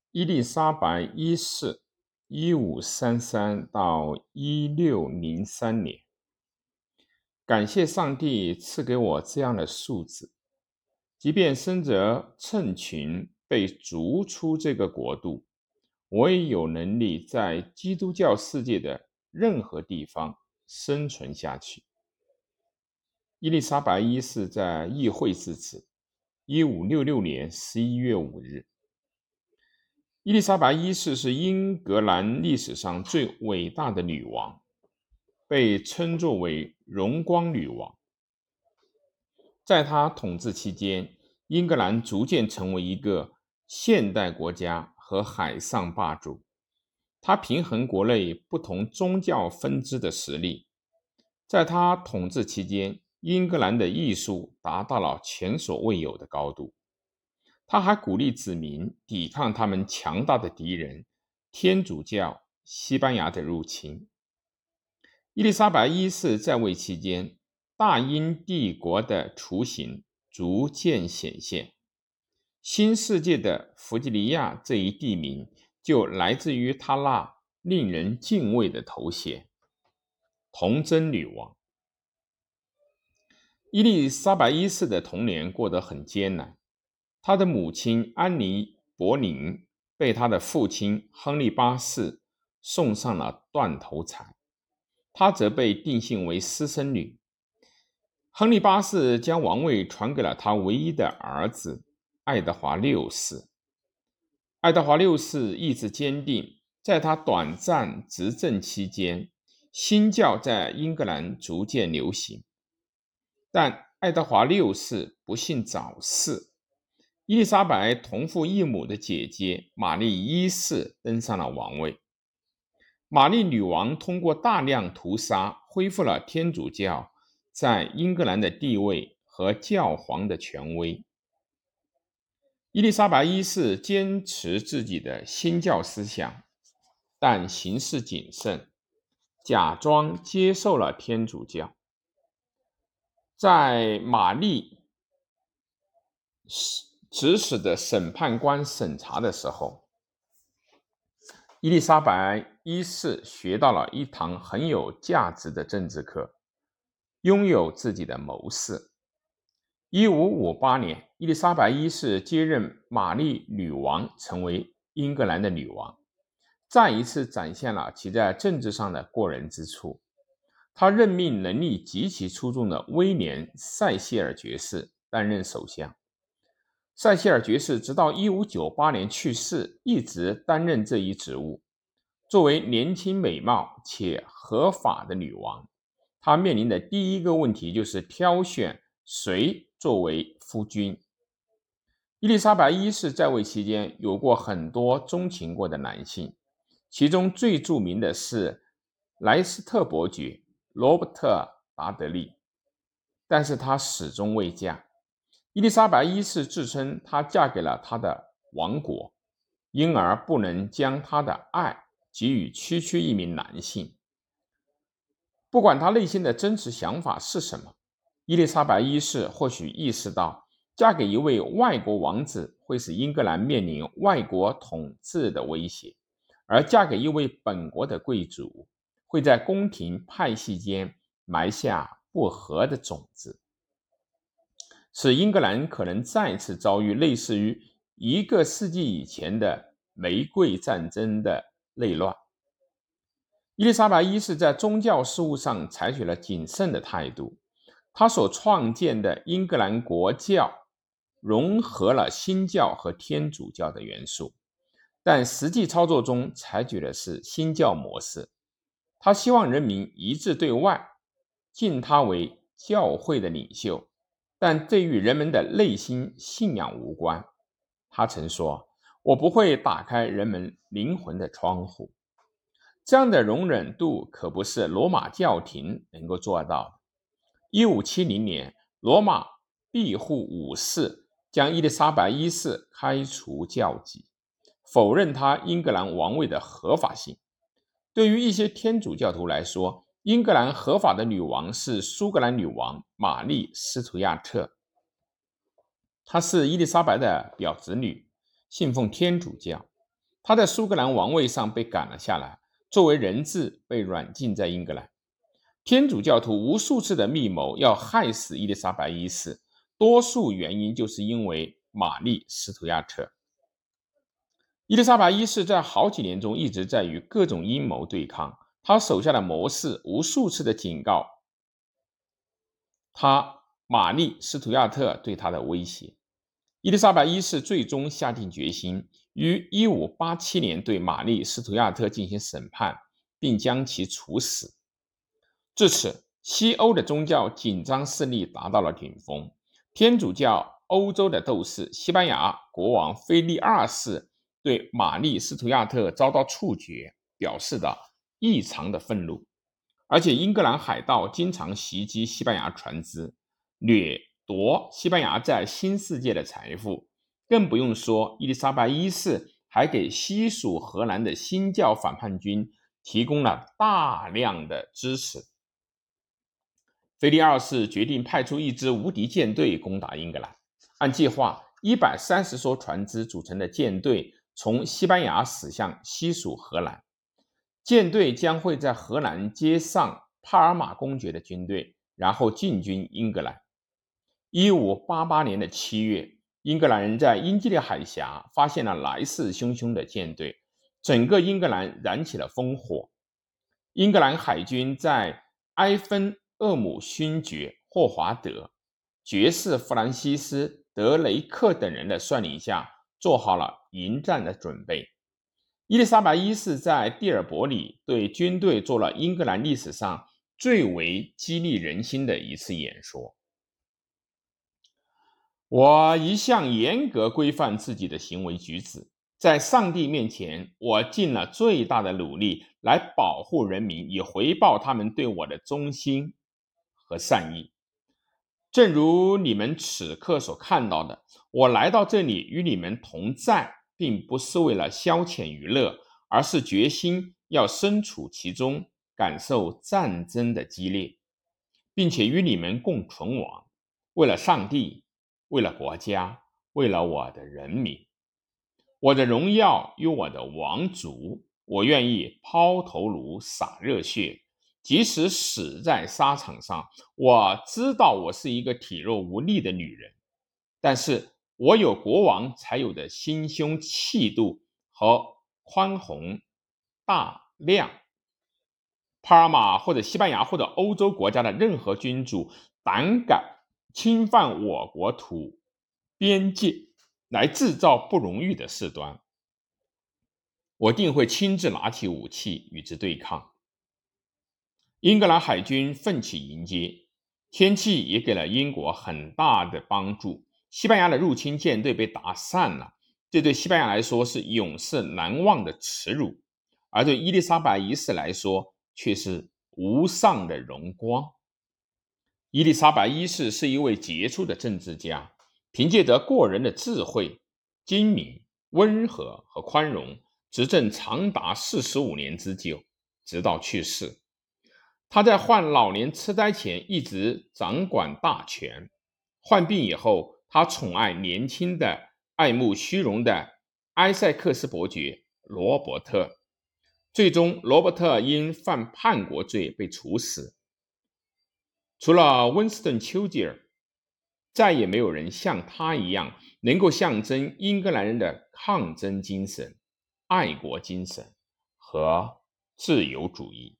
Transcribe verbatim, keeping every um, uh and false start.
伊丽莎白一世一五三三到一六零三年，感谢上帝赐给我这样的素质，即便身着秤群被逐出这个国度，我也有能力在基督教世界的任何地方生存下去。伊丽莎白一世在议会致辞，一五六六年十一月五日。伊丽莎白一世是英格兰历史上最伟大的女王，被称作为荣光女王。在她统治期间，英格兰逐渐成为一个现代国家和海上霸主。她平衡国内不同宗教分支的实力。在她统治期间，英格兰的艺术达到了前所未有的高度。他还鼓励子民抵抗他们强大的敌人天主教西班牙的入侵。伊丽莎白一世在位期间，大英帝国的雏形逐渐显现。新世界的弗吉尼亚这一地名就来自于她那令人敬畏的头衔——童贞女王。伊丽莎白一世的童年过得很艰难。他的母亲安妮·博林被他的父亲亨利八世送上了断头台，她则被定性为私生女。亨利八世将王位传给了他唯一的儿子爱德华六世。爱德华六世意志坚定，在他短暂执政期间，新教在英格兰逐渐流行。但爱德华六世不幸早逝。伊丽莎白同父异母的姐姐玛丽一世登上了王位。玛丽女王通过大量屠杀恢复了天主教在英格兰的地位和教皇的权威。伊丽莎白一世坚持自己的新教思想，但行事谨慎，假装接受了天主教。在玛丽指使的审判官审查的时候，伊丽莎白一世学到了一堂很有价值的政治课，拥有自己的谋士。一五五八年，伊丽莎白一世接任玛丽女王，成为英格兰的女王，再一次展现了其在政治上的过人之处。她任命能力极其出众的威廉·塞西尔爵士担任首相。塞西尔爵士直到一五九八年去世，一直担任这一职务。作为年轻美貌且合法的女王，她面临的第一个问题就是挑选谁作为夫君。伊丽莎白一世在位期间有过很多钟情过的男性，其中最著名的是莱斯特伯爵罗伯特·达德利，但是她始终未嫁。伊丽莎白一世自称她嫁给了她的王国，因而不能将她的爱给予区区一名男性。不管她内心的真实想法是什么，伊丽莎白一世或许意识到嫁给一位外国王子会使英格兰面临外国统治的威胁，而嫁给一位本国的贵族会在宫廷派系间埋下不和的种子，使英格兰可能再次遭遇类似于一个世纪以前的玫瑰战争的内乱。伊丽莎白一世在宗教事务上采取了谨慎的态度，她所创建的英格兰国教融合了新教和天主教的元素，但实际操作中采取的是新教模式。她希望人民一致对外，敬她为教会的领袖，但这与人们的内心信仰无关。他曾说：“我不会打开人们灵魂的窗户。”这样的容忍度可不是罗马教廷能够做到的。一五七零年，罗马庇护五世将伊丽莎白一世开除教籍，否认她英格兰王位的合法性。对于一些天主教徒来说，英格兰合法的女王是苏格兰女王玛丽·斯图亚特，她是伊丽莎白的表侄女，信奉天主教。 他在苏格兰王位上被赶了下来，作为人质被软禁在英格兰。天主教徒无数次的密谋要害死伊丽莎白一世，多数原因就是因为玛丽·斯图亚特。伊丽莎白一世在好几年中一直在与各种阴谋对抗，他手下的谋士无数次的警告他玛丽·斯图亚特对他的威胁。伊丽莎白一世最终下定决心，于一五八七年对玛丽·斯图亚特进行审判，并将其处死。至此，西欧的宗教紧张势力达到了顶峰。天主教欧洲的斗士西班牙国王腓力二世对玛丽·斯图亚特遭到处决表示的异常的愤怒，而且英格兰海盗经常袭击西班牙船只，掠夺西班牙在新世界的财富。更不用说伊丽莎白一世还给西属荷兰的新教反叛军提供了大量的支持。腓力二世决定派出一支无敌舰队攻打英格兰。按计划，一百三十艘船只组成的舰队从西班牙驶向西属荷兰，舰队将会在荷兰接上帕尔马公爵的军队，然后进军英格兰。一五八八年的七月，英格兰人在英吉利海峡发现了来势汹汹的舰队，整个英格兰燃起了烽火。英格兰海军在埃芬厄姆勋爵霍华德、爵士弗兰西斯·德雷克等人的率领下，做好了迎战的准备。伊丽莎白一世在蒂尔伯里对军队做了英格兰历史上最为激励人心的一次演说。我一向严格规范自己的行为举止，在上帝面前，我尽了最大的努力来保护人民，以回报他们对我的忠心和善意。正如你们此刻所看到的，我来到这里与你们同在，并不是为了消遣娱乐，而是决心要身处其中，感受战争的激烈，并且与你们共存亡。为了上帝，为了国家，为了我的人民，我的荣耀与我的王族，我愿意抛头颅洒热血，即使死在沙场上。我知道我是一个体弱无力的女人，但是我有国王才有的心胸气度和宽宏大量。帕尔马或者西班牙或者欧洲国家的任何君主胆敢侵犯我国土边界来制造不荣誉的事端，我定会亲自拿起武器与之对抗。英格兰海军奋起迎接，天气也给了英国很大的帮助。西班牙的入侵舰队被打散了，这对西班牙来说是永世难忘的耻辱，而对伊丽莎白一世来说却是无上的荣光。伊丽莎白一世是一位杰出的政治家，凭借着过人的智慧、精明、温和和宽容，执政长达四十五年之久，直到去世。他在患老年痴呆前一直掌管大权，患病以后，他宠爱年轻的、爱慕虚荣的埃塞克斯伯爵罗伯特。最终，罗伯特因犯叛国罪被处死。除了温斯顿·丘吉尔，再也没有人像他一样能够象征英格兰人的抗争精神、爱国精神和自由主义。